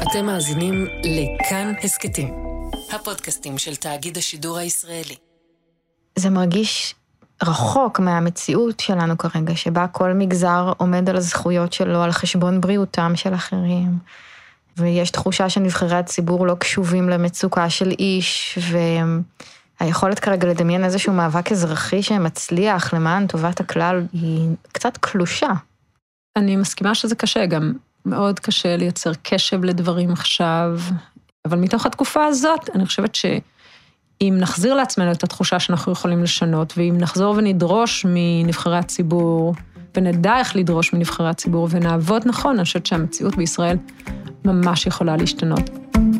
אתם מאזינים לכאן הסקטים, הפודקאסטים של תאגיד השידור הישראלי. זה מרגיש רחוק מהמציאות שלנו כרגע, שבה כל מגזר עומד על הזכויות שלו, על חשבון בריאותם של אחרים, ויש תחושה שנבחרי הציבור לא קשובים למצוקה של איש, והיכולת כרגע לדמיין איזשהו מאבק אזרחי שמצליח למען טובת הכלל, היא קצת קלושה. אני מסכימה שזה קשה, גם מאוד קשה לייצר קשב לדברים עכשיו, אבל מתוך התקופה הזאת, אני חושבת שאם נחזיר לעצמנו את התחושה שאנחנו יכולים לשנות, ואם נחזור ונדרוש מנבחרי הציבור, ונדע איך לדרוש מנבחרי הציבור, ונעבוד נכון, אני חושבת שהמציאות בישראל ממש יכולה להשתנות.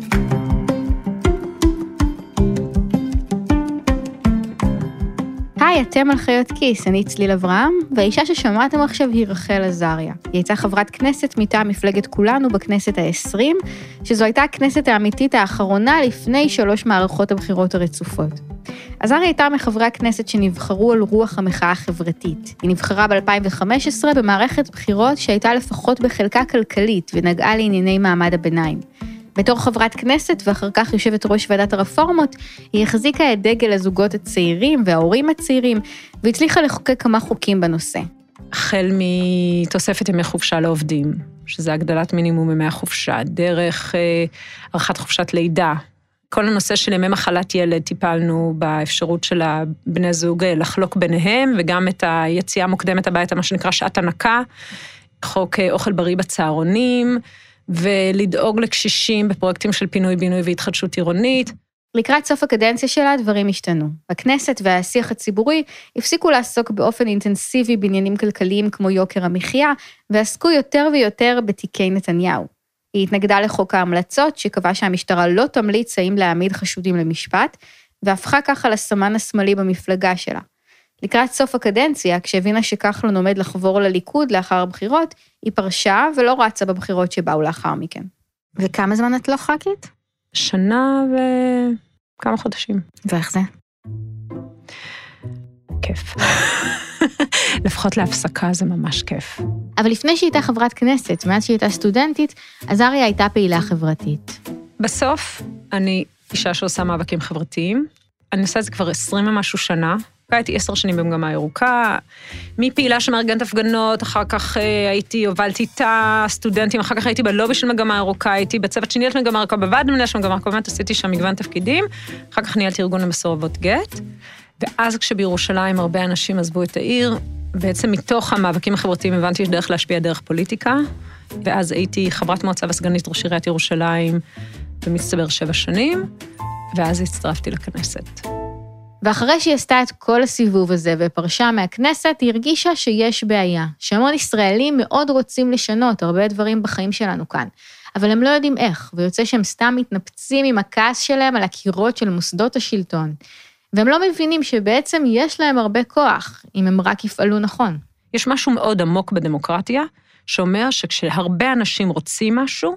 היי, אתם על חיות כיס, אני צליל אברהם, והאישה ששמעתם עכשיו היא רחל עזריה. היא הייתה חברת כנסת מטעם מפלגת כולנו בכנסת ה-20, שזו הייתה הכנסת האמיתית האחרונה לפני 3 מערכות הבחירות הרצופות. עזריה הייתה מחברי הכנסת שנבחרו על רוח המחאה החברתית. היא נבחרה ב-2015 במערכת בחירות שהייתה לפחות בחלקה כלכלית ונגעה לענייני מעמד הביניים. בתור חברת כנסת ואחר כך יושבת ראש ועדת הרפורמות, היא החזיקה את דגל הזוגות הצעירים וההורים הצעירים, והצליחה לחוקק כמה חוקים בנושא. החל מתוספת ימי חופשה לעובדים, שזה הגדלת מינימום ימי החופשה, דרך ערכת חופשת לידה. כל הנושא של ימי מחלת ילד טיפלנו באפשרות של הבני זוג לחלוק ביניהם, וגם את היציאה המוקדמת הביתה, מה שנקרא שעת הנקה, חוק אוכל בריא בצהרונים, ולדאוג לקשישים בפרויקטים של פינוי-בינוי והתחדשות עירונית. לקראת סוף הקדנציה שלה דברים השתנו. הכנסת והשיח הציבורי הפסיקו לעסוק באופן אינטנסיבי בעניינים כלכליים כמו יוקר המחיה, ועסקו יותר ויותר בתיקי נתניהו. היא התנגדה לחוק ההמלצות, שקבע שהמשטרה לא תמליץ האם להעמיד חשודים למשפט, והפכה ככה לסמן השמאלי במפלגה שלה. לקראת סוף הקדנציה, כשהבינה שכחלון עומד לחבור לליכוד לאחר הבחירות, היא פרשה ולא רצה בבחירות שבאו לאחר מכן. וכמה זמן את לא ח"כית? שנה וכמה חודשים. ואיך זה? כיף. לפחות להפסקה זה ממש כיף. אבל לפני שהיא הייתה חברת כנסת, מאז שהיא הייתה סטודנטית, עזריה הייתה פעילה חברתית. בסוף, אני אישה שעושה מאבקים חברתיים. אני עושה את זה כבר 20 ומשהו שנה. הייתי 10 שנים במגמה ירוקה, מפעילה שמארגנת הפגנות, אחר כך הובלתי איתה סטודנטים, אחר כך הייתי בלובי של מגמה ירוקה, הייתי בצוות שניות מגמה ירוקה, בוועד מנהל של מגמה ירוקה, באמת עשיתי שם מגוון תפקידים, אחר כך ניהלתי ארגון למסורבות גט, ואז כשבירושלים הרבה אנשים עזבו את העיר, בעצם מתוך המאבקים החברתיים הבנתי שיש דרך להשפיע דרך פוליטיקה, ואז הייתי חברת מועצה וסגנית ראש עיריית ירושלים, במצטבר 7 שנים, ואז הצטרפתי לכנסת. ואחרי שהיא עשתה את כל הסיבוב הזה ופרשה מהכנסת, היא הרגישה שיש בעיה, שהמון ישראלים מאוד רוצים לשנות הרבה דברים בחיים שלנו כאן, אבל הם לא יודעים איך, ויוצא שהם סתם מתנפצים עם הכעס שלהם על הקירות של מוסדות השלטון, והם לא מבינים שבעצם יש להם הרבה כוח, אם הם רק יפעלו נכון. יש משהו מאוד עמוק בדמוקרטיה, שאומר שכשהרבה אנשים רוצים משהו,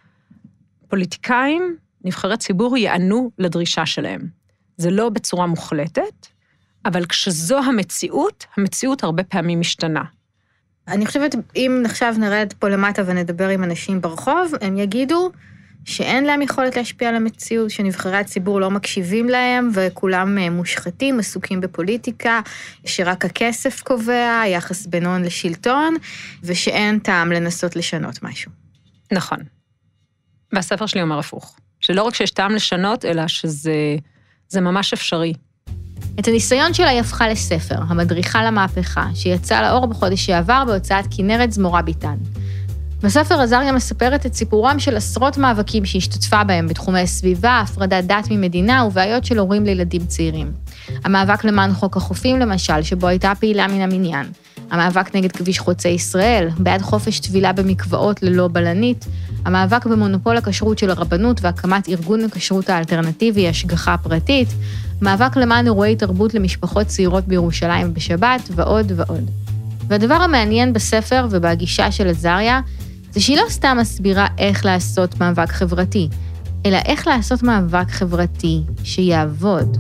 פוליטיקאים, נבחרי ציבור, יענו לדרישה שלהם. זה לא בצורה מוחלטת, אבל כשזו המציאות הרבה פעמים משתנה. אני חושבת, אם עכשיו נרד פה למטה ונדבר עם אנשים ברחוב, הם יגידו שאין להם יכולת להשפיע על המציאות, שנבחרי הציבור לא מקשיבים להם, וכולם מושחתים, עסוקים בפוליטיקה, שרק הכסף קובע, יחס בין הון לשלטון, ושאין טעם לנסות לשנות משהו. נכון. והספר שלי אומר הפוך. שלא רק שיש טעם לשנות, אלא שזה ממש אפשרי. את הניסיון שלה היא הפכה לספר, המדריכה למהפכה, שיצא לאור בחודש שעבר בהוצאת כנרת זמורה ביטן. בספר עזריה מספרת את סיפורם של עשרות מאבקים שהשתתפה בהם בתחומי הסביבה, הפרדת דת ממדינה ובעיות של הורים לילדים צעירים. המאבק למען חוק החופים למשל, שבו הייתה פעילה מן המניין. המאבק נגד כביש חוצה ישראל, בעד חופש טבילה במקוואות ללא בלנית, המאבק במונופול הכשרות של הרבנות והקמת ארגון הכשרות האלטרנטיבי, השגחה פרטית, מאבק למען אירועי תרבות למשפחות צעירות בירושלים בשבת ועוד ועוד. והדבר המעניין בספר ובהגישה של עזריה, זה שהיא לא סתם מסבירה איך לעשות מאבק חברתי, אלא איך לעשות מאבק חברתי שיעבוד.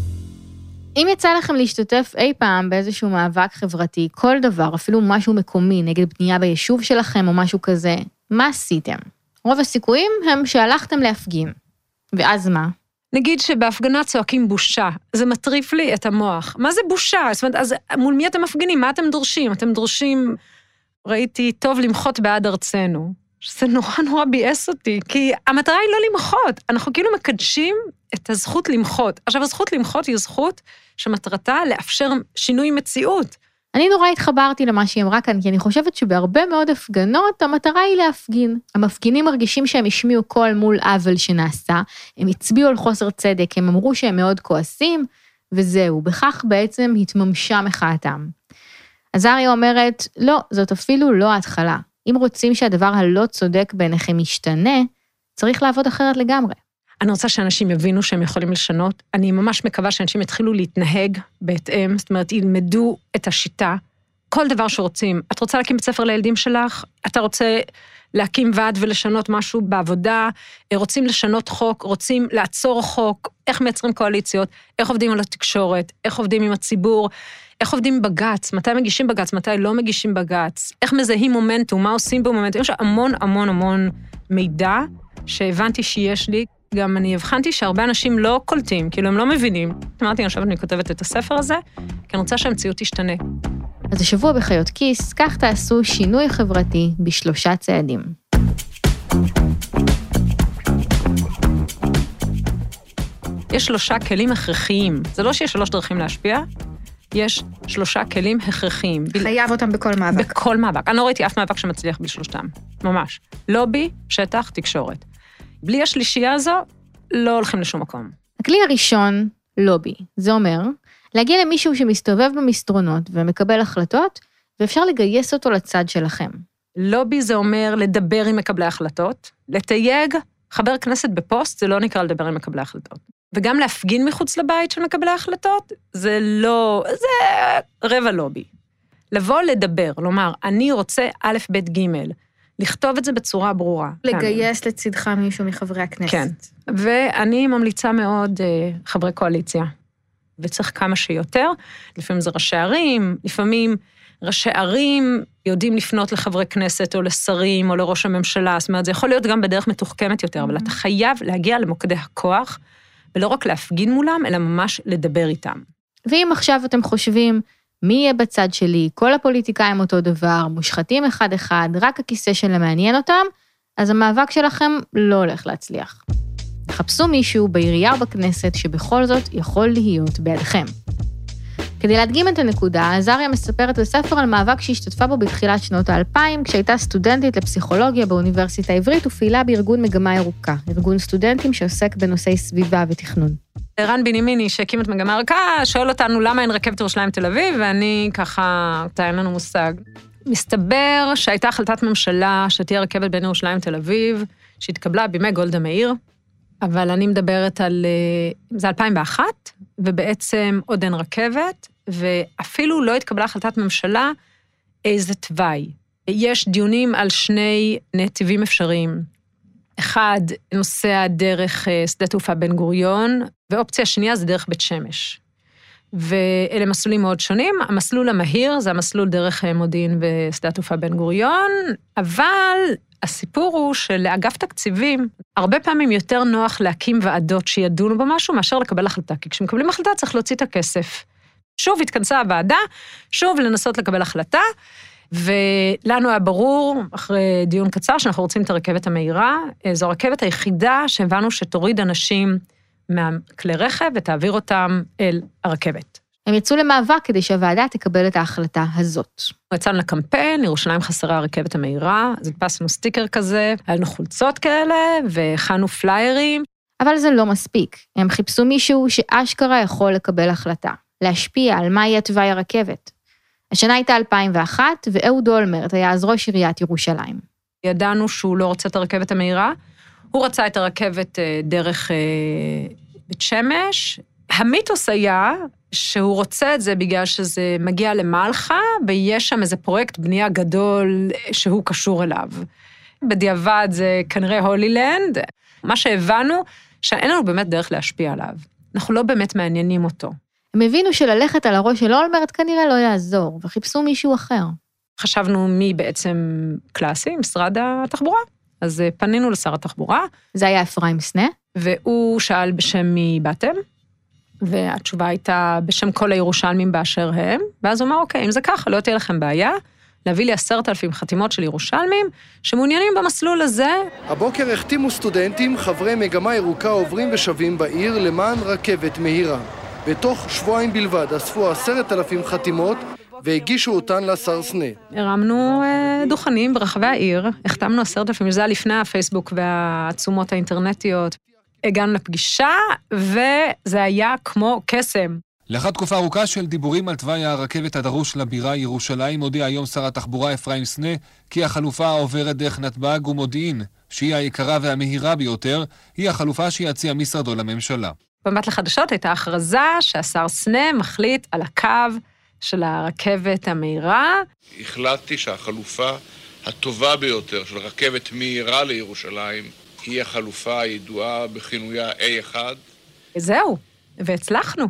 אם יצא לכם להשתתף אי פעם באיזשהו מאבק חברתי, כל דבר, אפילו משהו מקומי נגד בנייה ביישוב שלכם או משהו כזה, מה עשיתם? רוב הסיכויים הם שהלכתם להפגין. ואז מה? נגיד שבהפגנה צועקים בושה, זה מטריף לי את המוח. מה זה בושה? זאת אומרת, אז מול מי אתם מפגינים? מה אתם דורשים? אתם דורשים, ראיתי, טוב למחות בעד ארצנו. שזה נורא נורא ביאס אותי, כי המטרה היא לא למחות. אנחנו כאילו מקדשים את הזכות למחות. עכשיו, הזכות למחות היא זכות שמטרתה לאפשר שינוי מציאות. אני נורא התחברתי למה שהיא אמרה כאן, כי אני חושבת שבהרבה מאוד הפגנות, המטרה היא להפגין. המפגינים מרגישים שהם השמיעו קול מול עוול שנעשה, הם הצביעו על חוסר צדק, הם אמרו שהם מאוד כועסים, וזהו, בכך בעצם התממשה מחאתם. עזריה אומרת, לא, זאת אפילו לא ההתחלה. אם רוצים שהדבר הלא צודק בעיניכם ישתנה, צריך לעבוד אחרת לגמרי. אני רוצה שאנשים יבינו שהם יכולים לשנות. אני ממש מקווה שאנשים יתחילו להתנהג בהתאם, זאת אומרת, ילמדו את השיטה. כל דבר שרוצים. את רוצה להקים בית ספר לילדים שלך? אתה רוצה להקים ועד ולשנות משהו בעבודה? רוצים לשנות חוק? רוצים לעצור חוק? איך מייצרים קואליציות? איך עובדים על התקשורת? איך עובדים עם הציבור? איך עובדים בגץ? מתי מגישים בגץ? מתי לא מגישים בגץ? איך מזהים מומנטום? מה עושים במומנטום? יש המון המון המון מידע שהבנתי שיש לי. גם אני הבחנתי שהרבה אנשים לא קולטים, כאילו הם לא מבינים. אמרתי, עכשיו אני כותבת את הספר הזה, כי אני רוצה שהמציאות תשתנה. אז השבוע בחיות כיס, כך תעשו שינוי חברתי ב3 צעדים. יש 3 כלים הכרחיים. זה לא שיש 3 דרכים להשפיע, יש 3 כלים הכרחיים. חייב אותם בכל מאבק. בכל מאבק. אני לא ראיתי אף מאבק שמצליח ב3. ממש. לובי, שטח, תקשורת. בלי השלישייה הזו, לא הולכים לשום מקום. הכלי הראשון, לובי. זה אומר, להגיע למישהו שמסתובב במסדרונות ומקבל החלטות, ואפשר לגייס אותו לצד שלכם. לובי זה אומר לדבר עם מקבלי החלטות, לתייג חבר כנסת בפוסט, זה לא נקרא לדבר עם מקבלי החלטות. וגם להפגין מחוץ לבית של מקבלי החלטות, זה לא, זה רבע לובי. לבוא לדבר, לומר, אני רוצה א', ב', ג', לכתוב את זה בצורה ברורה. לגייס לצדך מישהו מחברי הכנסת. כן, ואני ממליצה מאוד חברי קואליציה, וצריך כמה שיותר, לפעמים זה ראשי ערים, לפעמים ראשי ערים יודעים לפנות לחברי כנסת או לשרים או לראש הממשלה, זאת אומרת, זה יכול להיות גם בדרך מתוחכמת יותר, אבל אתה חייב להגיע למוקדי הכוח, ולא רק להפגין מולם, אלא ממש לדבר איתם. ואם עכשיו אתם חושבים, מי יהיה בצד שלי, כל הפוליטיקאים אותו דבר, מושחתים אחד-אחד, רק הכיסא שלהם מעניין אותם, אז המאבק שלכם לא הולך להצליח. חפשו מישהו בעירייה או בכנסת שבכל זאת יכול להיות בידכם. כדי להדגים את הנקודה, עזריה מספרת בספר על מאבק שהשתתפה בו בתחילת שנות ה-2000, כשהייתה סטודנטית לפסיכולוגיה באוניברסיטה העברית ופעילה בארגון מגמה ירוקה, ארגון סטודנטים שעוסק בנושאי סביבה ותכנון. רן בנימיני שהקים את מגמה ירוקה, שואל אותנו למה אין רכבת ירושלים תל אביב, ואני ככה, אין לנו מושג. מסתבר שהייתה החלטת ממשלה שתהיה רכבת בין ירושלים תל אביב, שהתקבלה בימי גולדה מאיר, אבל אני מדברת על, זה 2001, ובעצם עוד אין רכבת, ואפילו לא התקבלה החלטת ממשלה איזה תוואי. יש דיונים על 2 נתיבים אפשריים. אחד, נוסע דרך שדה תעופה בן גוריון, ואופציה שנייה זה דרך בית שמש. ואלה מסלולים מאוד שונים. המסלול המהיר זה המסלול דרך מודיעין ושדה תעופה בן גוריון, אבל הסיפור הוא שלאגף תקציבים, הרבה פעמים יותר נוח להקים ועדות שידונו במשהו, מאשר לקבל החלטה, כי כשמקבלים החלטה צריך להוציא את הכסף. שוב התכנסה הוועדה, שוב לנסות לקבל החלטה, ולנו היה ברור, אחרי דיון קצר, שאנחנו רוצים את הרכבת המהירה, זו הרכבת היחידה שהבנו שתוריד אנשים מהכלי רכב, ותעביר אותם אל הרכבת. הם יצאו למאבק כדי שהוועדה תקבל את ההחלטה הזאת. יצאנו לקמפיין, ירושלים חסרה הרכבת המהירה, אז הדפסנו סטיקר כזה, היה לנו חולצות כאלה, והכנו פליירים. אבל זה לא מספיק. הם חיפשו מישהו שאשכרה יכול לקבל החלטה, להשפיע על מה יהיה תוואי הרכבת. השנה הייתה 2001, ואהוד אולמרט היה אז ראש עיריית ירושלים. ידענו שהוא לא רוצה את הרכבת המהירה, הוא רצה את הרכבת דרך בית שמש. המיתוס היה שהוא רוצה את זה בגלל שזה מגיע למלחה, ויש שם איזה פרויקט בנייה גדול שהוא קשור אליו. בדיעבד זה כנראה הולילנד. מה שהבנו, שאין לנו באמת דרך להשפיע עליו. אנחנו לא באמת מעניינים אותו. הם הבינו שללכת על הראש של אולמרט כנראה לא יעזור, וחיפשו מישהו אחר. חשבנו מי בעצם קלאסי, משרד התחבורה. אז פנינו לשר התחבורה. זה היה אפרים סנה. והוא שאל בשם מי באתם, והתשובה הייתה בשם כל הירושלמים באשר הם, ואז הוא אמר, אוקיי, אם זה ככה, לא תהיה לכם בעיה, להביא לי 10,000 חתימות של ירושלמים, שמעוניינים במסלול הזה. הבוקר החתימו סטודנטים, חברי מגמה ירוקה עוברים ושבים בעיר למען רכבת מהירה. בתוך שבועיים בלבד אספו 10,000 חתימות, והגישו אותן לשר סנה. הרמנו דוכנים ברחבי העיר, החתמנו 10,000, זה היה לפני הפייסבוק והעצומות האינטרנטיות. הגענו לפגישה, וזה היה כמו קסם. לאחר תקופה ארוכה של דיבורים על תוואי הרכבת הדרוש לבירה ירושלים, הודיע היום שר התחבורה אפרים סנה כי החלופה העוברת דרך נתב"ג ומודיעין, שהיא היקרה והמהירה ביותר, היא החלופה שיציע משרדו לממשלה. במבט לחדשות הייתה הכרזה שהשר סנה מחליט על הקו של הרכבת המהירה. החלטתי שהחלופה הטובה ביותר של רכבת מהירה לירושלים היא החלופה הידועה בכינויה A1. זהו, והצלחנו.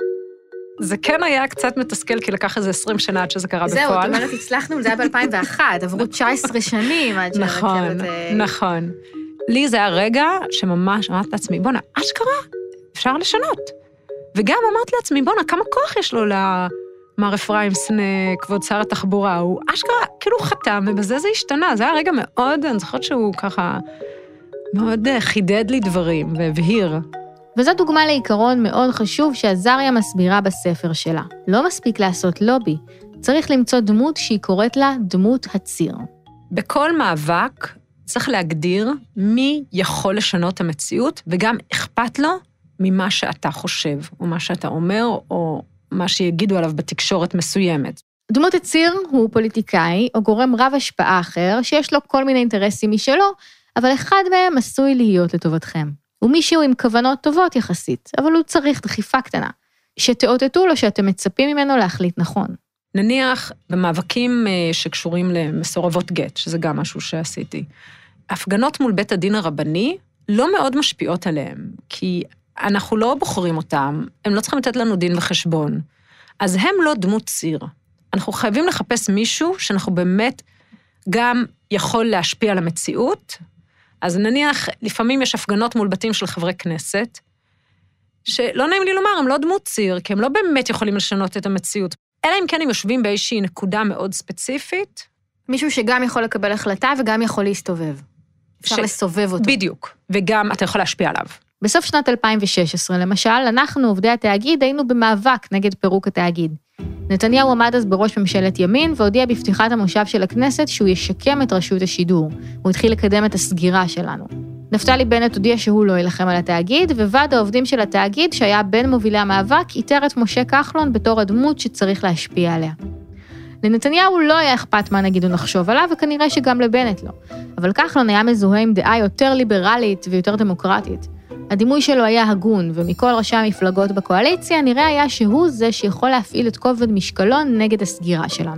זה כן היה קצת מתסכל, כי לקח איזה 20 שנה עד שזה קרה בפועל. זהו, את אומרת, הצלחנו, זה היה ב-2001, עברו 19 שנים עד שהרכבת... נכון. לי זה היה רגע שממש אמרת לעצמי, בונה, אשכרה, אפשר לשנות. וגם אמרת לעצמי, בונה, כמה כוח יש לו למר אפרים סנה, כבוד שר התחבורה, הוא אשכרה, כאילו חתם, ובזה זה השתנה. זה היה רגע מאוד, אני זוכרת שהוא ככה, מאוד חידד לי דברים, והבהיר. וזו דוגמה לעיקרון מאוד חשוב שעזריה מסבירה בספר שלה. לא מספיק לעשות לובי, צריך למצוא דמות שהיא קוראת לה דמות הציר. בכל מאבק צריך להגדיר מי יכול לשנות את המציאות, וגם אכפת לו ממה שאתה חושב, או מה שאתה אומר, או מה שיגידו עליו בתקשורת מסוימת. דמות הציר הוא פוליטיקאי, או גורם רב השפעה אחר, שיש לו כל מיני אינטרסים משלו, אבל אחד מהם עשוי להיות לטובתכם. הוא מישהו עם כוונות טובות יחסית, אבל הוא צריך דחיפה קטנה, שתאותתו לו שאתם מצפים ממנו להחליט נכון. נניח במאבקים שקשורים למסורבות גט, שזה גם משהו שעשיתי, הפגנות מול בית הדין הרבני לא מאוד משפיעות עליהם, כי אנחנו לא בוחרים אותם, הם לא צריכים לתת לנו דין וחשבון, אז הם לא דמות ציר. אנחנו חייבים לחפש מישהו שאנחנו באמת גם יכול להשפיע על המציאות, אז נניח, לפעמים יש הפגנות מול בתים של חברי כנסת, שלא נעים לי לומר, הם לא דמות ציר, כי הם לא באמת יכולים לשנות את המציאות. אלא אם כן הם יושבים באיזושהי נקודה מאוד ספציפית. מישהו שגם יכול לקבל החלטה וגם יכול להסתובב. אפשר לסובב אותו. בדיוק, וגם אתה יכול להשפיע עליו. בסוף שנת 2016, למשל, אנחנו, עובדי התאגיד, היינו במאבק נגד פירוק התאגיד. נתניהו עמד אז בראש ממשלת ימין, והודיע בפתיחת המושב של הכנסת שהוא ישקם את רשות השידור. הוא התחיל לקדם את הסגירה שלנו. נפתלי בנט הודיע שהוא לא ילחם על התאגיד, וועד העובדים של התאגיד, שהיה בין מובילי המאבק, איתר את משה כחלון בתור הדמות שצריך להשפיע עליה. לנתניהו לא היה אכפת מה נגיד ונחשוב עליו, וכנראה שגם לבנט לא. אבל כחלון היה מזוהה עם דעה יותר ליברלית ויותר דמוקרטית. הדימוי שלו היה הגון, ומכל ראשי המפלגות בקואליציה נראה היה שהוא זה שיכול להפעיל את כובד משקלון נגד הסגירה שלנו.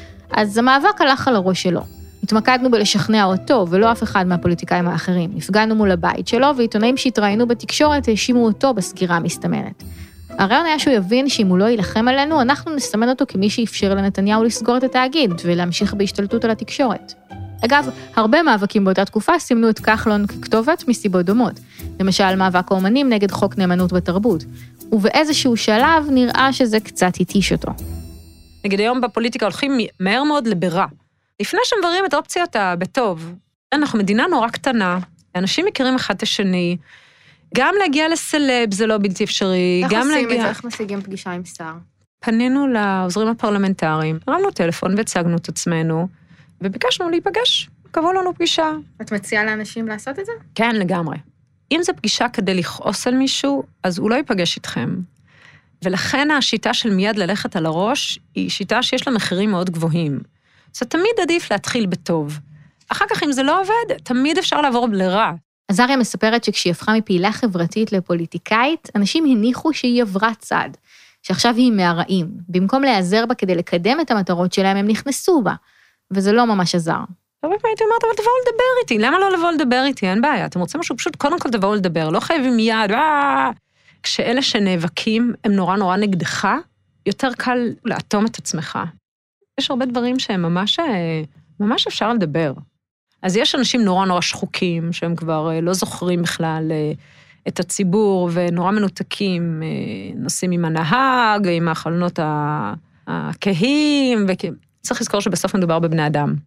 אז המאבק הלך על הראש שלו. התמקדנו בלשכנע אותו, ולא אף אחד מהפוליטיקאים האחרים. נפגענו מול הבית שלו, ועיתונאים שהתראינו בתקשורת האשימו אותו בסגירה המסתמנת. הרעיון היה שהוא יבין שאם הוא לא ילחם עלינו, אנחנו נסמן אותו כמי שאפשר לנתניהו לסגור את התאגיד, ולהמשיך בהשתלטות על התקשורת. אגב, הרבה מאבקים באותה תקופה סימנו את כחלון ככתובת מסיבות דומות. למשל, מאבק האומנים נגד חוק נאמנות בתרבות. ובאיזשהו שלב נראה שזה קצת התיש אותו. נגיד היום בפוליטיקה הולכים מהר מאוד לבירה. לפני שמברים את האופציות בטוב. אנחנו מדינה נורא קטנה, אנשים מכירים אחד את השני, גם להגיע לסלב זה לא בלתי אפשרי. איך עושים את זה? איך משיגים פגישה עם שר? פנינו לעוזרים הפרלמנטריים, הרמנו טלפון והצגנו את עצמנו, וביקשנו להיפגש, קבעו לנו פגישה. את מציעה לאנשים לעשות את זה? כן, לגמרי. אם זו פגישה כדי לכעוס על מישהו, אז הוא לא ייפגש איתכם. ולכן השיטה של מיד ללכת על הראש, היא שיטה שיש לה מחירים מאוד גבוהים. זה תמיד עדיף להתחיל בטוב. אחר כך, אם זה לא עובד, תמיד אפשר לעבור לרע. עזריה מספרת שכשהיא הפכה מפעילה חברתית לפוליטיקאית, אנשים הניחו שהיא עברה צד, שעכשיו היא מהרעים. במקום להיעזר בה כדי לקדם את המטרות שלהם, הם נכנסו בה. וזה לא ממש עזר. הרבה פעמים הייתי אומרת, אבל תבואו לדבר איתי. למה לא לבוא לדבר איתי? אין בעיה. אתם רוצים משהו פשוט, קודם כל תבואו לדבר. לא חייבים מיד. כשאלה שנאבקים הם נורא נגדך, יותר קל לאטום את עצמך. יש הרבה דברים שהם ממש אפשר לדבר. אז יש אנשים נורא נורא שחוקים, שהם כבר לא זוכרים בכלל את הציבור, ונורא מנותקים, נוסעים עם הנהג, עם החלונות הכהים, צריך לזכור שבסוף מדובר בבני אדם.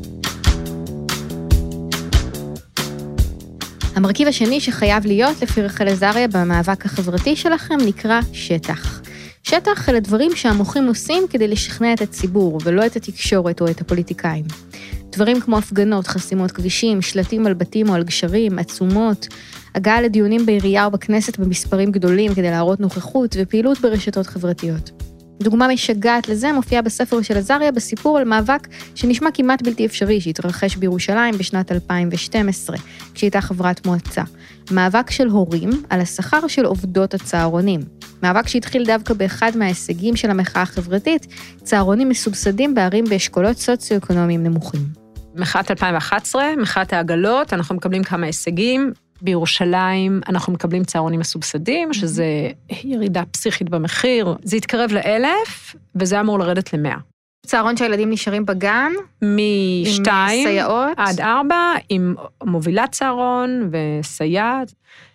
המרכיב השני שחייב להיות לפי רחל עזריה במאבק החברתי שלכם נקרא שטח. שטח אלה דברים שהמוחים עושים כדי לשכנע את הציבור, ולא את התקשורת או את הפוליטיקאים. דברים כמו הפגנות, חסימות כבישים, שלטים על בתים או על גשרים, עצומות, הגעה לדיונים בעירייה או בכנסת במספרים גדולים כדי להראות נוכחות ופעילות ברשתות חברתיות. דוגמה משגעת לזה מופיעה בספר של עזריה בסיפור על מאבק שנשמע כמעט בלתי אפשרי שהתרחש בירושלים בשנת 2012, כשהייתה חברת מועצה. מאבק של הורים על השכר של עובדות הצהרונים. מאבק שהתחיל דווקא באחד מההישגים של המחאה החברתית, צהרונים מסובסדים בערים באשכולות סוציו-אקונומיים נמוכים. מחאת 2011, מחאת העגלות, אנחנו מקבלים כמה הישגים. בירושלים אנחנו מקבלים צהרונים מסובסדים, שזה ירידה פסיכית במחיר. זה התקרב ל1,000, וזה אמור לרדת ל100. צהרון שהילדים נשארים בגן, מ2 סייעות עד 4, עם מובילת צהרון וסייעת,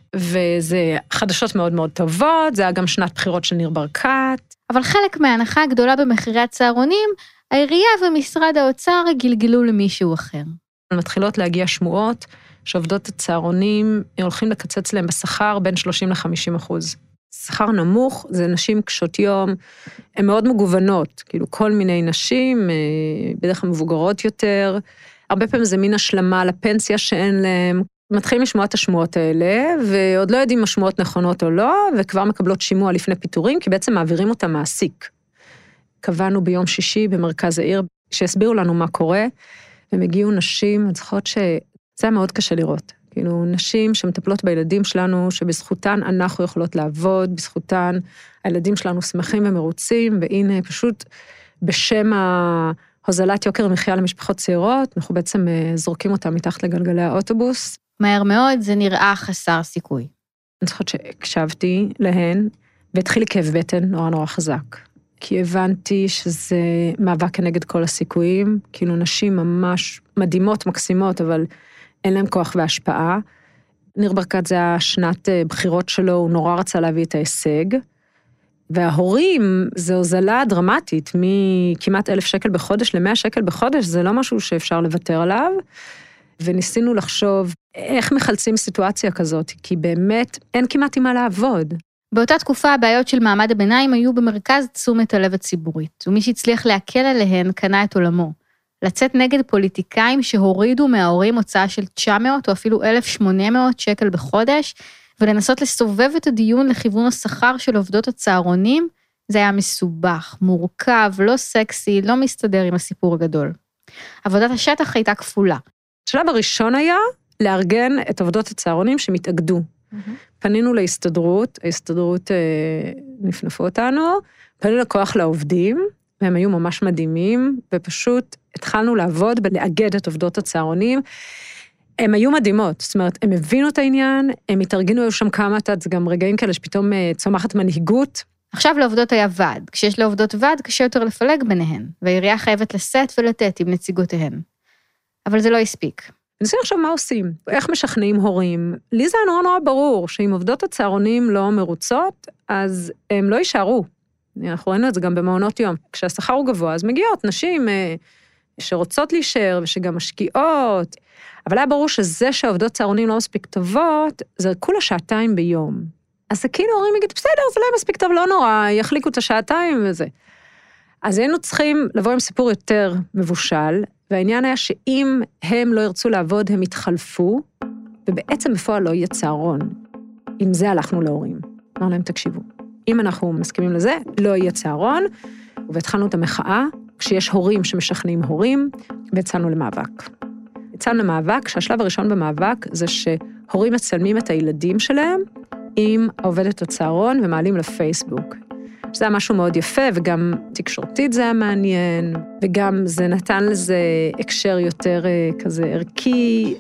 וזה חדשות מאוד מאוד טובות, זה היה גם שנת בחירות של ניר ברקת. אבל חלק מההנחה הגדולה במחירי הצהרונים, העירייה ומשרד האוצר גלגלו למישהו אחר. מתחילות להגיע שמועות, שעובדות הצהרונים הולכים לקצץ להם בשכר בין 30-50%. שכר נמוך, זה נשים קשות יום, הן מאוד מגוונות, כאילו כל מיני נשים, בדרך כלל מבוגרות יותר, הרבה פעמים זה מין השלמה לפנסיה שאין להם, מתחילים לשמוע את השמועות האלה, ועוד לא יודעים אם השמועות נכונות או לא, וכבר מקבלות שימוע לפני פיטורים, כי בעצם מעבירים אותם מעסיק. קבענו ביום שישי במרכז העיר, שהסבירו לנו מה קורה, והם הגיעו נשים, אני זוכרת שזה היה מאוד קשה לראות. כאילו, נשים שמטפלות בילדים שלנו, שבזכותן אנחנו יכולות לעבוד, בזכותן הילדים שלנו שמחים ומרוצים, והנה פשוט בשם ההוזלת יוקר המחיה למשפחות צעירות, אנחנו בעצם זורקים אותם מתחת לגלגלי האוטובוס. מהר מאוד זה נראה חסר סיכוי. אני זוכרת שהקשבתי להן, והתחיל לי כאב בטן נורא נורא חזק. כי הבנתי שזה מאבק כנגד כל הסיכויים, כאילו נשים ממש מדהימות, מקסימות, אבל אין להם כוח והשפעה. ניר ברקת זה השנת בחירות שלו, הוא נורא רצה להביא את ההישג, וההורים זה הוזלה דרמטית, מכמעט 1,000 שקל בחודש ל100 שקל בחודש, זה לא משהו שאפשר לוותר עליו, וניסינו לחשוב איך מחלצים סיטואציה כזאת, כי באמת אין כמעט עם מה לעבוד. באותה תקופה הבעיות של מעמד הביניים היו במרכז תשומת הלב הציבורית, ומי שהצליח להקל עליהן קנה את עולמו. לצאת נגד פוליטיקאים שהורידו מההורים הוצאה של 900 או אפילו 1,800 שקל בחודש, ולנסות לסובב את הדיון לכיוון השכר של עובדות הצהרונים, זה היה מסובך, מורכב, לא סקסי, לא מסתדר עם הסיפור הגדול. עבודת השטח הייתה כפולה. השלב הראשון היה לארגן את עבודות הצהרונים שמתאגדו. פנינו להסתדרות, ההסתדרות נפנפו אותנו, פנינו לכוח לעובדים, והם היו ממש מדהימים, ופשוט התחלנו לעבוד בלאגד את עובדות הצהרונים. הם היו מדהימות, זאת אומרת, הם הבינו את העניין, הם התארגנו, היו שם כמה, זה גם רגעים כאלה שפתאום צומחת מנהיגות. עכשיו לעובדות היה ועד, כשיש לעובדות ועד קשה יותר לפלג ביניהן, והעירייה חייבת לשאת ולתת עם נציגותיהן. אבל זה לא הספיק. ניסינו עכשיו מה עושים, איך משכנעים הורים. לי זה נורא נורא ברור, שאם עובדות הצהרונים לא מרוצות, אז הם לא יישארו. אנחנו ראינו את זה גם במעונות יום. כשהשכר הוא גבוה, אז מגיעות נשים שרוצות להישאר ושגם משקיעות, אבל היה ברור שזה שהעובדות צהרונים לא מספיק טובות, זה כולה 2 שעתיים ביום. אז זה כאילו הורים יגיד, בסדר, זה לא מספיק טוב, לא נורא, יחליקו את 2 שעתיים וזה. אז היינו צריכים לבוא עם סיפור יותר מבושל, והעניין היה שאם הם לא ירצו לעבוד, הם יתחלפו, ובעצם בפועל לא יהיה צהרון. עם זה הלכנו להורים. אמרנו להם, תקשיבו, אם אנחנו מסכימים לזה, לא יהיה צהרון, והתחלנו את המחאה, כשיש הורים שמשכנעים הורים, ויצאנו למאבק. יצאנו למאבק, שהשלב הראשון במאבק זה שהורים מצלמים את הילדים שלהם עם עובדת הצהרון ומעלים לפייסבוק. זה היה משהו מאוד יפה, וגם תקשורתית זה היה מעניין, וגם זה נתן לזה הקשר יותר כזה ערכי.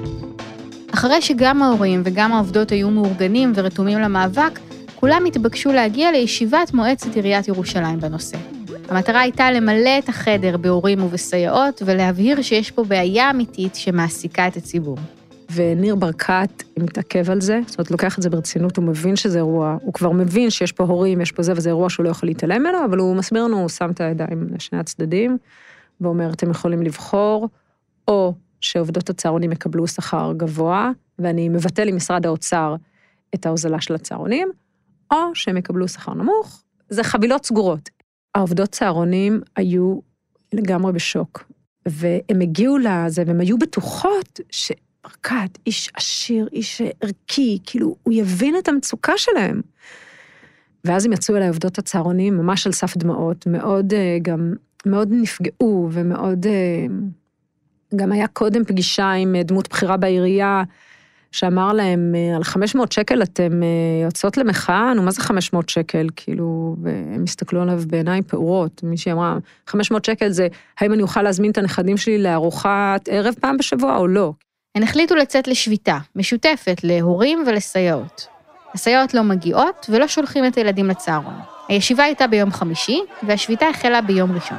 אחרי שגם ההורים וגם העובדות היו מאורגנים ורתומים למאבק, כולם התבקשו להגיע לישיבת מועצת עיריית ירושלים בנושא. המטרה הייתה למלא את החדר בהורים ובסייעות, ולהבהיר שיש פה בעיה אמיתית שמעסיקה את הציבור. וניר ברקת מתעכב על זה, זאת אומרת, לוקח את זה ברצינות, הוא מבין שזה אירוע, הוא כבר מבין שיש פה הורים, יש פה זה, וזה אירוע שהוא לא יכול להתעלם ממנו, אבל הוא מסביר לנו, הוא שם את הידיים לשני הצדדים, ואומר, אתם יכולים לבחור, או שעובדות הצהרונים יקבלו שכר גבוה, ואני מבטל עם משרד האוצר את ההוזלה של הצהרונים, או שהם יקבלו שכר נמוך, זה חבילות סגורות. העובדות צהרונים היו לגמרי בשוק, והם הגיעו לזה, והם היו בטוחות ברקת, איש עשיר, איש ערכי, כאילו, הוא יבין את המצוקה שלהם. ואז הם יצאו אליי עובדות הצהרונים, ממש על סף דמעות, מאוד נפגעו, ומאוד, גם היה קודם פגישה עם דמות בחירה בעירייה, שאמר להם, על 500 שקל אתם יוצאות למחאה, נו, מה זה 500 שקל? כאילו, והם הסתכלו עליו בעיניים פעורות, מישהי אמרה, 500 שקל זה, האם אני אוכל להזמין את הנכדים שלי לארוחת ערב פעם בשבוע או לא? הן החליטו לצאת לשביתה, משותפת להורים ולסייעות. הסייעות לא מגיעות ולא שולחים את הילדים לצהרון. הישיבה הייתה ביום חמישי, והשביתה החלה ביום ראשון.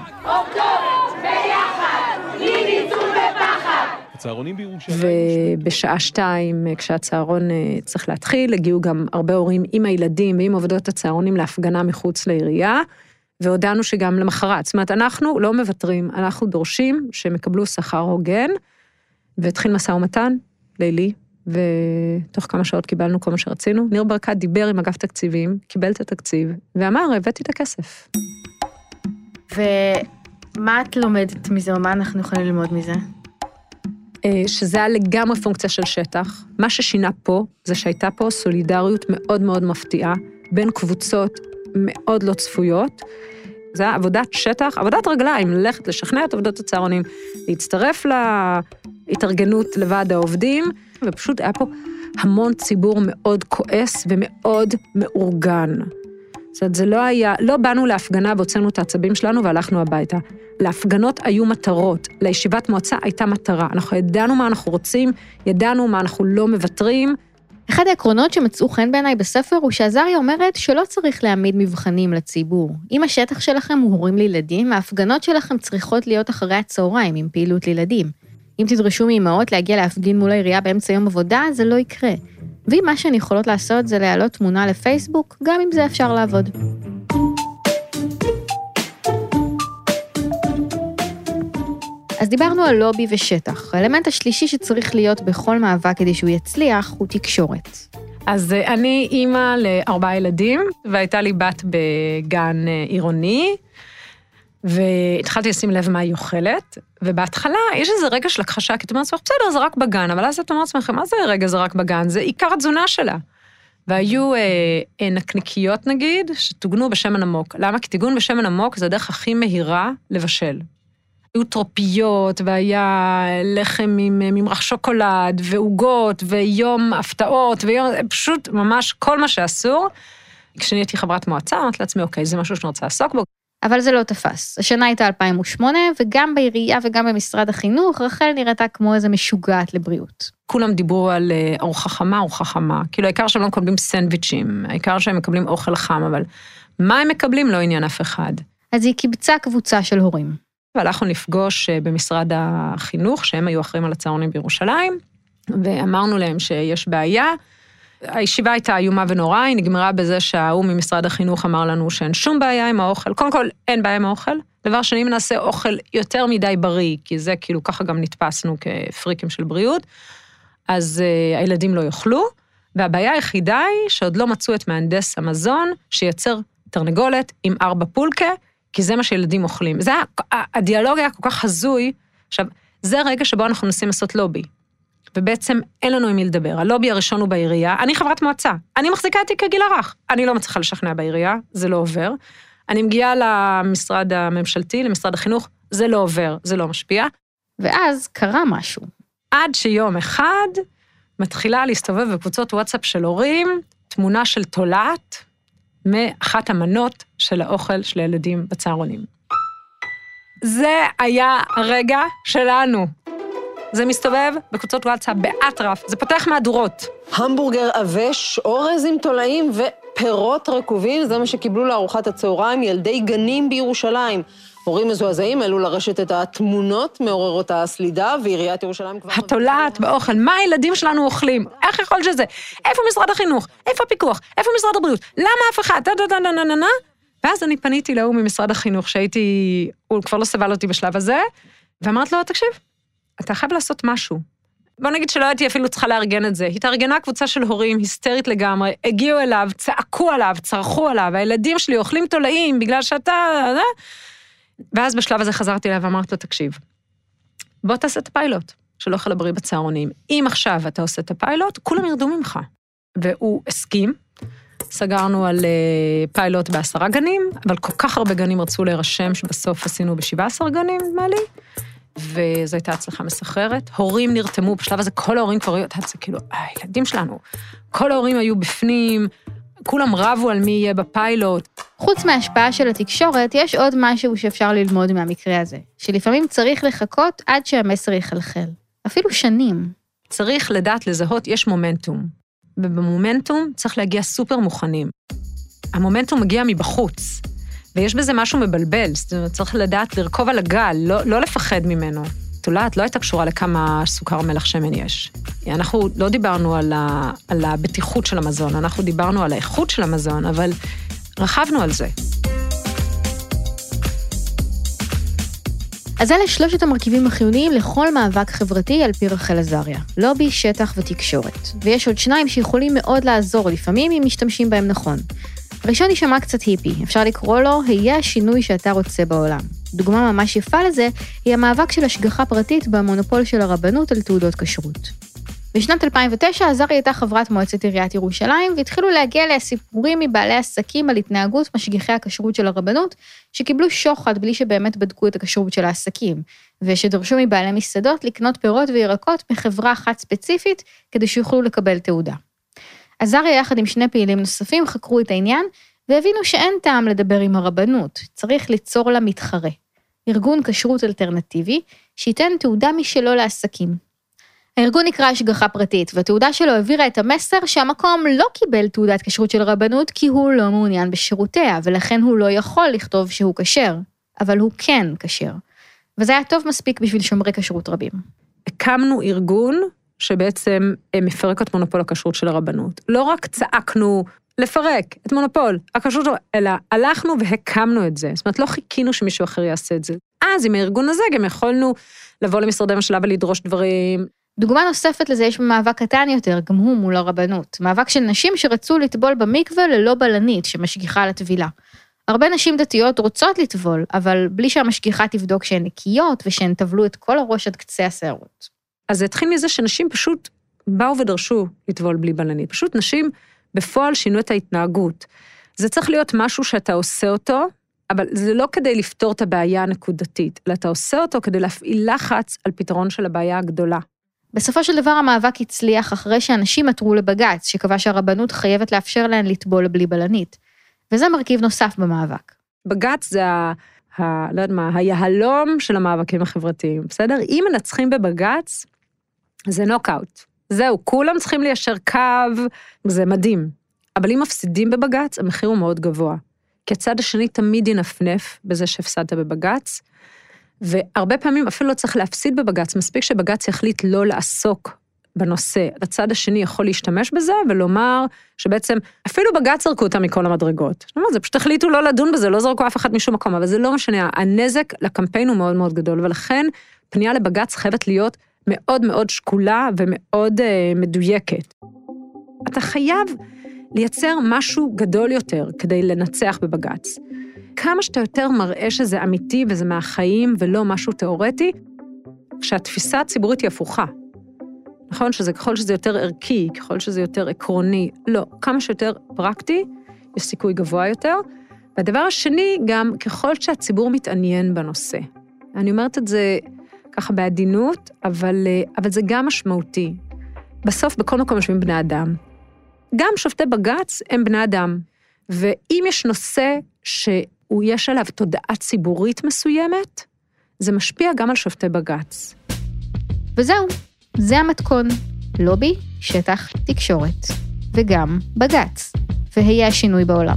ובשעה 2, כשהצהרון צריך להתחיל, הגיעו גם הרבה הורים עם הילדים ועם עובדות הצהרונים להפגנה מחוץ לעירייה, והודענו שגם למחרת. זאת אומרת, אנחנו לא מוותרים, אנחנו דורשים שהם יקבלו שכר הוגן, והתחיל משא ומתן, לילי, ותוך כמה שעות קיבלנו כל מה שרצינו. ניר ברקת דיבר עם אגף תקציבים, קיבל את התקציב, ואמר, הבאתי את הכסף. ומה את לומדת מזה, או מה אנחנו יכולים ללמוד מזה? שזה היה לגמרי פונקציה של שטח. מה ששינה פה, זה שהייתה פה סולידריות מאוד מאוד מפתיעה, בין קבוצות מאוד לא צפויות, זה היה עבודת שטח, עבודת רגליים, ללכת לשכנע את עבודות הצהרונים, להצטרף להתארגנות לוועד העובדים, ופשוט היה פה המון ציבור מאוד כועס ומאוד מאורגן. זאת אומרת, זה לא היה, לא באנו להפגנה והוצאנו את העצבים שלנו והלכנו הביתה. להפגנות היו מטרות, לישיבת מועצה הייתה מטרה. אנחנו ידענו מה אנחנו רוצים, ידענו מה אנחנו לא מוותרים. אחד העקרונות שמצאו חן בעיניי בספר הוא שעזריה אומרת שלא צריך להעמיד מבחנים לציבור. אם השטח שלכם הוא הורים לילדים, ההפגנות שלכם צריכות להיות אחרי הצהריים עם פעילות לילדים. אם תדרשו מאמהות להגיע להפגין מול העירייה באמצע יום עבודה, זה לא יקרה. ואם מה שהן יכולות לעשות זה להעלות תמונה לפייסבוק, גם אם זה אפשר לעבוד. אז דיברנו על לובי ושטח. האלמנט השלישי שצריך להיות בכל מאבק כדי שהוא יצליח הוא תקשורת. אז אני אימא ל4 ילדים, והייתה לי בת בגן עירוני, והתחלתי לשים לב מה היא אוכלת, ובהתחלה יש איזה רגע של הכחשה, כי את אומרת, בסדר, זה רק בגן, אבל אז את אומרת לכם, מה זה רגע זה רק בגן? זה עיקר התזונה שלה. והיו נקניקיות נגיד, שתוגנו בשמן עמוק. למה? כי תיגון בשמן עמוק זה הדרך הכי מהירה לבשל. היו טרופיות, והיה לחם עם ממרח שוקולד, ועוגות, ויום הפתעות, פשוט ממש כל מה שאסור. כשאני הייתי חברת מועצה, אמרתי לעצמי, אוקיי, זה משהו שאני רוצה לעסוק בו. אבל זה לא תפס. השנה הייתה 2008, וגם בעירייה וגם במשרד החינוך, רחל נראתה כמו איזה משוגעת לבריאות. כולם דיברו על ארוחה חמה. כאילו, העיקר שהם לא מקבלים סנדוויצ'ים, העיקר שהם מקבלים אוכל חם, אבל מה הם מקבלים לא עניין אף אחד. אז היא קיבצה קבוצה של הורים. והלכנו לפגוש במשרד החינוך, שהם היו אחראים על הצהרונים בירושלים, ואמרנו להם שיש בעיה. הישיבה הייתה איומה ונורא, היא נגמרה בזה שההוא ממשרד החינוך אמר לנו שאין שום בעיה עם האוכל. קודם כל, אין בעיה עם האוכל. דבר שני, נעשה אוכל יותר מדי בריא, כי זה כאילו ככה גם נתפסנו כפריקים של בריאות, אז הילדים לא יאכלו, והבעיה היחידה היא שעוד לא מצאו את מהנדס המזון, שייצר תרנגולת עם 4 פולקה, כי זה מה שילדים אוכלים. זה הדיאלוג היה כל כך הזוי. עכשיו, זה הרגע שבו אנחנו מנסים לעשות לובי. ובעצם אין לנו עם מי לדבר. הלובי הראשון הוא בעירייה, אני חברת מועצה, אני מחזיקה את תיק הגיל הרך, אני לא מצליחה לשכנע בעירייה, זה לא עובר. אני מגיעה למשרד הממשלתי, למשרד החינוך, זה לא עובר, זה לא משפיע. ואז קרה משהו. עד שיום אחד מתחילה להסתובב בקבוצות וואטסאפ של הורים, תמונה של תולעת, מאחת המנות של האוכל של הילדים בצהרונים. זה היה הרגע שלנו. זה מסתובב בקבוצות וואטסאפ באטרף, זה פותח מהדורות. המבורגר עבש, אורז עם תולעים פירות רקובים, זה מה שקיבלו לארוחת הצהריים ילדי גנים בירושלים. הורים מזועזעים העלו לרשת את התמונות מעוררות הסלידה, ועיריית ירושלים כבר... התולעת באוכל, מה הילדים שלנו אוכלים? איך יכול שזה? איפה משרד החינוך? איפה הפיקוח? איפה משרד הבריאות? למה אף אחד? ואז אני פניתי להוא ממשרד החינוך, הוא כבר לא סבל אותי בשלב הזה, ואמרת לו, תקשיב, אתה חייב לעשות משהו. בוא נגיד שלא הייתי אפילו צריכה לארגן את זה. התארגנה קבוצה של הורים, היסטרית לגמרי, הגיעו אליו, צעקו עליו, צרחו עליו, הילדים שלי אוכלים תולעים בגלל שאתה... ואז בשלב הזה חזרתי אליו ואמרת לו, תקשיב, בוא תעשה את הפיילוט של אוכל בריא בצהרונים. אם עכשיו אתה עושה את הפיילוט, כולם ירדו ממך. והוא הסכים, סגרנו על פיילוט ב10 גנים, אבל כל כך הרבה גנים רצו להירשם, שבסוף עשינו ב17 גנים, נדמה לי, וזו הייתה הצלחה מסחררת. הורים נרתמו, בשלב הזה כל ההורים כבר היו, זה כאילו, הילדים שלנו, כל ההורים היו בפנים, כולם רבו על מי יהיה בפיילוט. חוץ מההשפעה של התקשורת, יש עוד משהו שאפשר ללמוד מהמקרה הזה, שלפעמים צריך לחכות עד שהמסר יחלחל. אפילו שנים. צריך לדעת לזהות, יש מומנטום. ובמומנטום צריך להגיע סופר מוכנים. המומנטום מגיע מבחוץ, ויש בזה משהו מבלבל, זאת אומרת, צריך לדעת לרכוב על הגל, לא לפחד ממנו. תולעת לא הייתה קשורה לכמה סוכר מלח שמן יש. אנחנו לא דיברנו על הבטיחות של המזון, אנחנו דיברנו על האיכות של המזון, אבל רחבנו על זה. אז אלה 3 המרכיבים החיוניים לכל מאבק חברתי על פי רחל עזריה, לובי, שטח ותקשורת. ויש עוד 2 שיכולים מאוד לעזור, לפעמים אם משתמשים בהם נכון. הראשון יישמע קצת היפי, אפשר לקרוא לו, היה השינוי שאתה רוצה בעולם. דוגמה ממש יפה לזה, היא המאבק של השגחה פרטית במונופול של הרבנות על תעודות כשרות. בשנת 2009, עזריה הייתה חברת מועצת עיריית ירושלים, והתחילו להגיע אליה סיפורים מבעלי עסקים על התנהגות משגיחי הכשרות של הרבנות, שקיבלו שוחד בלי שבאמת בדקו את הכשרות של העסקים, ושדרשו מבעלי מסעדות לקנות פירות וירקות מחברה אחת ספציפית, כדי שיוכלו לקבל תעודה. עזריה יחד עם 2 פעילים נוספים חקרו את העניין, והבינו שאין טעם לדבר עם הרבנות, צריך ליצור לה מתחרה. ארגון כשרות אלטרנטיבי, שייתן תעודה משלו לעסקים. הארגון נקרא השגחה פרטית, והתעודה שלו העבירה את המסר שהמקום לא קיבל תעודת כשרות של הרבנות, כי הוא לא מעוניין בשירותיה, ולכן הוא לא יכול לכתוב שהוא כשר, אבל הוא כן כשר. וזה היה טוב מספיק בשביל שומרי כשרות רבים. הקמנו ארגון שבעצם מפרק את מונופול הכשרות של הרבנות. לא רק צעקנו לפרק את מונופול הכשרות, אלא הלכנו והקמנו את זה. זאת אומרת, לא חיכינו שמישהו אחר יעשה את זה. אז עם הארגון הזה גם יכולנו לבוא למשרדי ממשלה ולדרוש דברים. דוגמה נוספת לזה יש במאבק קטן יותר, גם הוא מול הרבנות. מאבק של נשים שרצו לטבול במקווה ללא בלנית שמשגיחה לטבילה. הרבה נשים דתיות רוצות לטבול, אבל בלי שהמשגיחה תבדוק שהן נקיות ושהן טבלו את כל הראש עד קצה השערות. אז זה התחיל מזה שנשים פשוט באו ודרשו לטבול בלי בלנית. פשוט נשים בפועל שינו את ההתנהגות. זה צריך להיות משהו שאתה עושה אותו, אבל זה לא כדי לפתור את הבעיה הנקודתית, אלא אתה עושה אותו כדי להפעיל לחץ על פתרון של הבעיה הגדולה. בסופו של דבר המאבק הצליח אחרי שאנשים עתרו לבג"ץ, שקבע שהרבנות חייבת לאפשר להן לטבול בלי בלנית. וזה מרכיב נוסף במאבק. בג"ץ זה לא יודע מה, היהלום של המאבקים החברתיים, בסדר? אם מנצחים בבג"ץ, זה נוקאוט. זהו, כולם צריכים ליישר קו, זה מדהים. אבל אם מפסידים בבג"ץ, המחיר הוא מאוד גבוה. כי הצד השני תמיד ינפנף בזה שהפסדת בבג"ץ, והרבה פעמים אפילו לא צריך להפסיד בבג"ץ, מספיק שבג"ץ יחליט לא לעסוק בנושא. הצד השני יכול להשתמש בזה ולומר שבעצם אפילו בג"ץ זרקו אותה מכל המדרגות. זאת אומרת, זה פשוט החליטו לא לדון בזה, לא זרקו אף אחד משום מקום, אבל זה לא משנה, הנזק לקמפיין הוא מאוד מאוד גדול, ולכן פנייה לבג"ץ חייבת להיות מאוד מאוד שקולה ומאוד מדויקת. אתה חייב לייצר משהו גדול יותר כדי לנצח בבג"ץ. כמה שאתה יותר מראה שזה אמיתי וזה מהחיים ולא משהו תיאורטי, כשהתפיסה הציבורית היא הפוכה. נכון שזה ככל שזה יותר ערכי, ככל שזה יותר עקרוני, לא, כמה שיותר פרקטי, יש סיכוי גבוה יותר. והדבר השני גם ככל שהציבור מתעניין בנושא. אני אומרת את זה ככה בעדינות, אבל זה גם משמעותי. בסוף בכל מקום יושבים בני אדם. גם שופטי בג"ץ הם בני אדם. ואם יש נושא שיש עליו תודעה ציבורית מסוימת, זה משפיע גם על שופטי בג"ץ. וזהו, זה המתכון. לובי, שטח, תקשורת. וגם בג"ץ. והיה השינוי בעולם.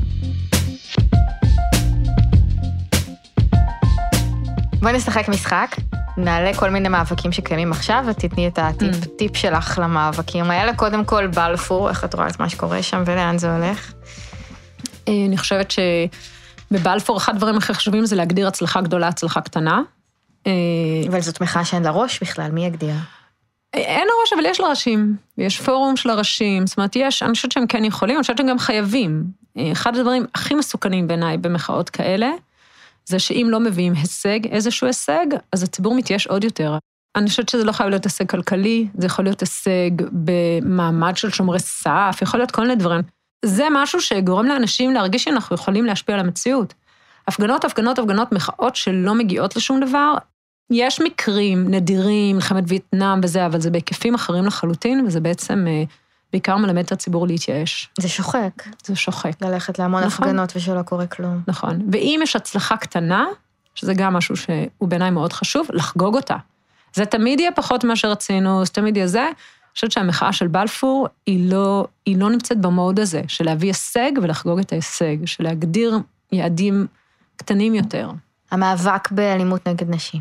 בואי נשחק משחק, נעלה כל מיני מאבקים שקיימים עכשיו, ותתני את הטיפ שלך למאבקים האלה. קודם כל, בלפור, איך את רואה את מה שקורה שם ולאן זה הולך? אני חושבת שבבלפור, אחד הדברים הכי חשובים זה להגדיר הצלחה גדולה, הצלחה קטנה. אבל זאת מחאה שאין לה ראש בכלל, מי יגדיר? אין לה ראש, אבל יש לה ראשים, ויש פורום של הראשים, זאת אומרת, אני חושבת שהם כן יכולים, אני חושבת שהם גם חייבים. אחד הדברים הכי מסוכנים בעיניי במחאות כאלה, זה שאם לא מביאים הישג, איזשהו הישג, אז הציבור מתייאש עוד יותר. אני חושבת שזה לא חייב להיות הישג כלכלי, זה יכול להיות הישג במעמד של שומרי סף, יכול להיות כל מיני דברים. זה משהו שגורם לאנשים להרגיש שאנחנו יכולים להשפיע על המציאות. הפגנות, מחאות שלא מגיעות לשום דבר, יש מקרים נדירים, מלחמת וייטנאם וזה, אבל זה בהיקפים אחרים לחלוטין, וזה בעצם בעיקר מלמד את הציבור להתייאש. זה שוחק. זה שוחק. ללכת להמון הפגנות ושלא קורה כלום. נכון. ואם יש הצלחה קטנה, שזה גם משהו שהוא בעיניי מאוד חשוב, לחגוג אותה. זה תמיד יהיה פחות ממה שרצינו, זה תמיד יהיה זה. אני חושבת שהמחאה של בלפור היא לא נמצאת במוד הזה, של להביא הישג ולחגוג את ההישג, של להגדיר יעדים קטנים יותר. המאבק באלימות נגד נשים.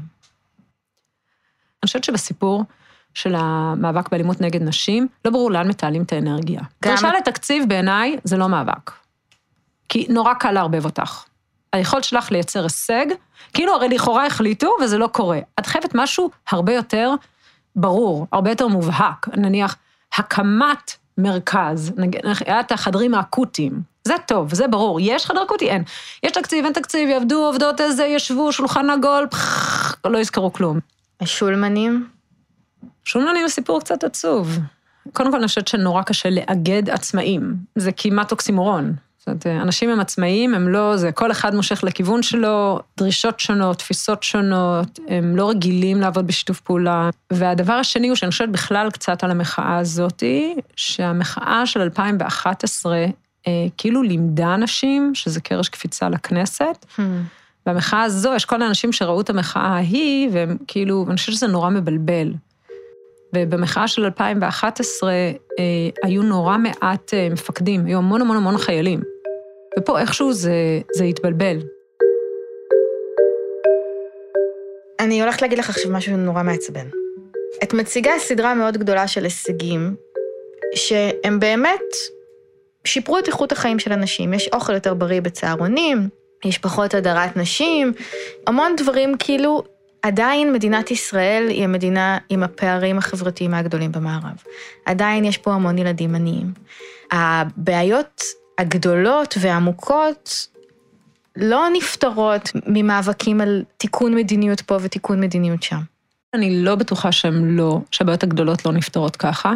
אני חושבת שבסיפור של המאבק באלימות נגד נשים, לא ברור לאן מתעלים את האנרגיה. דרישה לתקציב בעיניי זה לא מאבק. כי נורא קל להרבב אותך. היכולת שלך לייצר הישג, כאילו הרי לכאורה החליטו וזה לא קורה. את חייבת משהו הרבה יותר ברור, הרבה יותר מובהק. נניח, הקמת מרכז, את החדרים האקוטיים, זה טוב, זה ברור. יש חדר אקוטי? אין. יש תקציב, אין תקציב, יעבדו, עובדות איזה, ישבו, שולחן עגול, לא יזכרו כלום. השולמנים? שולמנים הוא סיפור קצת עצוב. קודם כל אני חושבת שנורא קשה לאגד עצמאים. זה כמעט אוקסימורון. זאת אומרת, אנשים הם עצמאים, הם לא, זה כל אחד מושך לכיוון שלו, דרישות שונות, תפיסות שונות, הם לא רגילים לעבוד בשיתוף פעולה. והדבר השני הוא שאני חושבת בכלל קצת על המחאה הזאת, שהמחאה של 2011 כאילו לימדה אנשים, שזה קרש קפיצה לכנסת, והמחאה הזו, יש כל האנשים שראו את המחאה ההיא, והם כאילו, אני חושבת שזה נורא מבלבל. ובמחאה של 2011, היו נורא מעט מפקדים, היו המון חיילים. ופה איכשהו זה התבלבל. אני הולכת להגיד לך עכשיו משהו נורא מעצבן. את מציגה סדרה מאוד גדולה של הישגים, שהם באמת שיפרו את איכות החיים של אנשים. יש אוכל יותר בריא בצהרונים, יש פחות הדרת נשים, המון דברים כאילו, עדיין מדינת ישראל היא המדינה עם הפערים החברתיים הגדולים במערב. עדיין יש פה המון ילדים עניים. הבעיות הגדולות והעמוקות לא נפתרות ממאבקים על תיקון מדיניות פה ותיקון מדיניות שם. אני לא בטוחה שהבעיות הגדולות לא נפתרות ככה.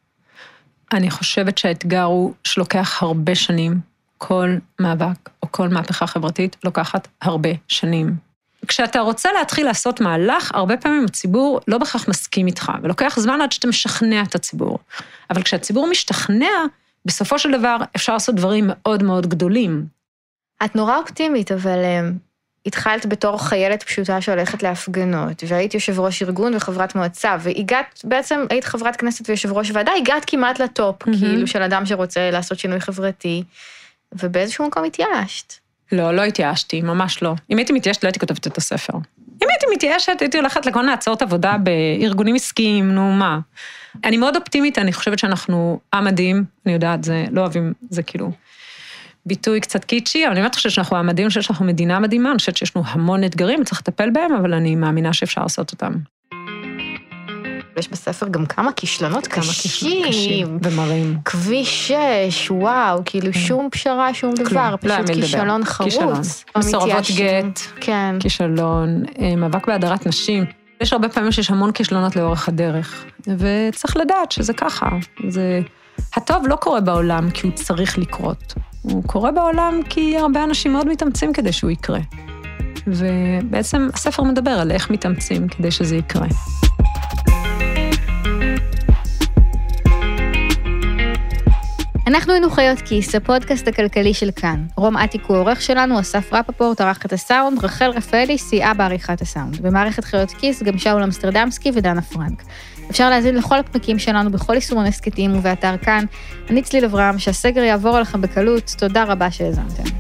אני חושבת שהאתגר הוא שלוקח הרבה שנים, כל מאבק או כל מהפכה חברתית לוקחת הרבה שנים. כשאתה רוצה להתחיל לעשות מהלך, הרבה פעמים הציבור לא בכך מסכים איתך, ולוקח זמן עד שאתה משכנע את הציבור. אבל כשהציבור משתכנע, בסופו של דבר אפשר לעשות דברים מאוד מאוד גדולים. את נורא אופטימית, אבל התחלת בתור חיילת פשוטה שהולכת להפגנות, והיית יושב ראש ארגון וחברת מועצה, והגעת, בעצם היית חברת כנסת ויושב ראש ועדה, הגעת כמעט לטופ, כאילו של אדם שרוצה לעשות שינוי חברתי, ובאיזשהו מקום התייאשת. לא התייאשתי, ממש לא. אם הייתי מתייאשת, לא הייתי כותבת את הספר. אם הייתי מתייאשת, הייתי הולכת לכל מיני הצעות עבודה בארגונים עסקיים, נו מה. אני מאוד אופטימית, אני חושבת שאנחנו עם מדהים, אני יודעת, זה לא אוהבים, זה כאילו ביטוי קצת קיצ'י, אבל אני באמת חושבת שאנחנו עם מדהים, אני חושבת שאנחנו מדינה מדהימה, אני חושבת שיש לנו המון אתגרים, צריך לטפל בהם, אבל אני מאמינה שאפשר לעשות אותם. יש בספר גם כמה כישלונות קשים ומראים. כביש 6, וואו, כאילו שום פשרה, שום דבר, פשוט כישלון חרוץ. מסורבות גט, כישלון, מאבק בהדרת נשים. יש הרבה פעמים שיש המון כישלונות לאורך הדרך, וצריך לדעת שזה ככה. הטוב לא קורה בעולם כי הוא צריך לקרות. הוא קורה בעולם כי הרבה אנשים מאוד מתאמצים כדי שהוא יקרה. ובעצם הספר מדבר על איך מתאמצים כדי שזה יקרה. אנחנו היינו חיות כיס, הפודקאסט הכלכלי של כאן. רום עתיק הוא עורך שלנו, אסף רפפורט ערך את הסאונד, רחל רפאלי סייעה בעריכת הסאונד. במערכת חיות כיס גם שאול אמסטרדמסקי ודנה פרנק. אפשר להזין לכל הפרקים שלנו בכל יישומון הסכתים ובאתר כאן. אני צליל אברהם, שהסגר יעבור עליכם בקלות. תודה רבה שהאזנתם.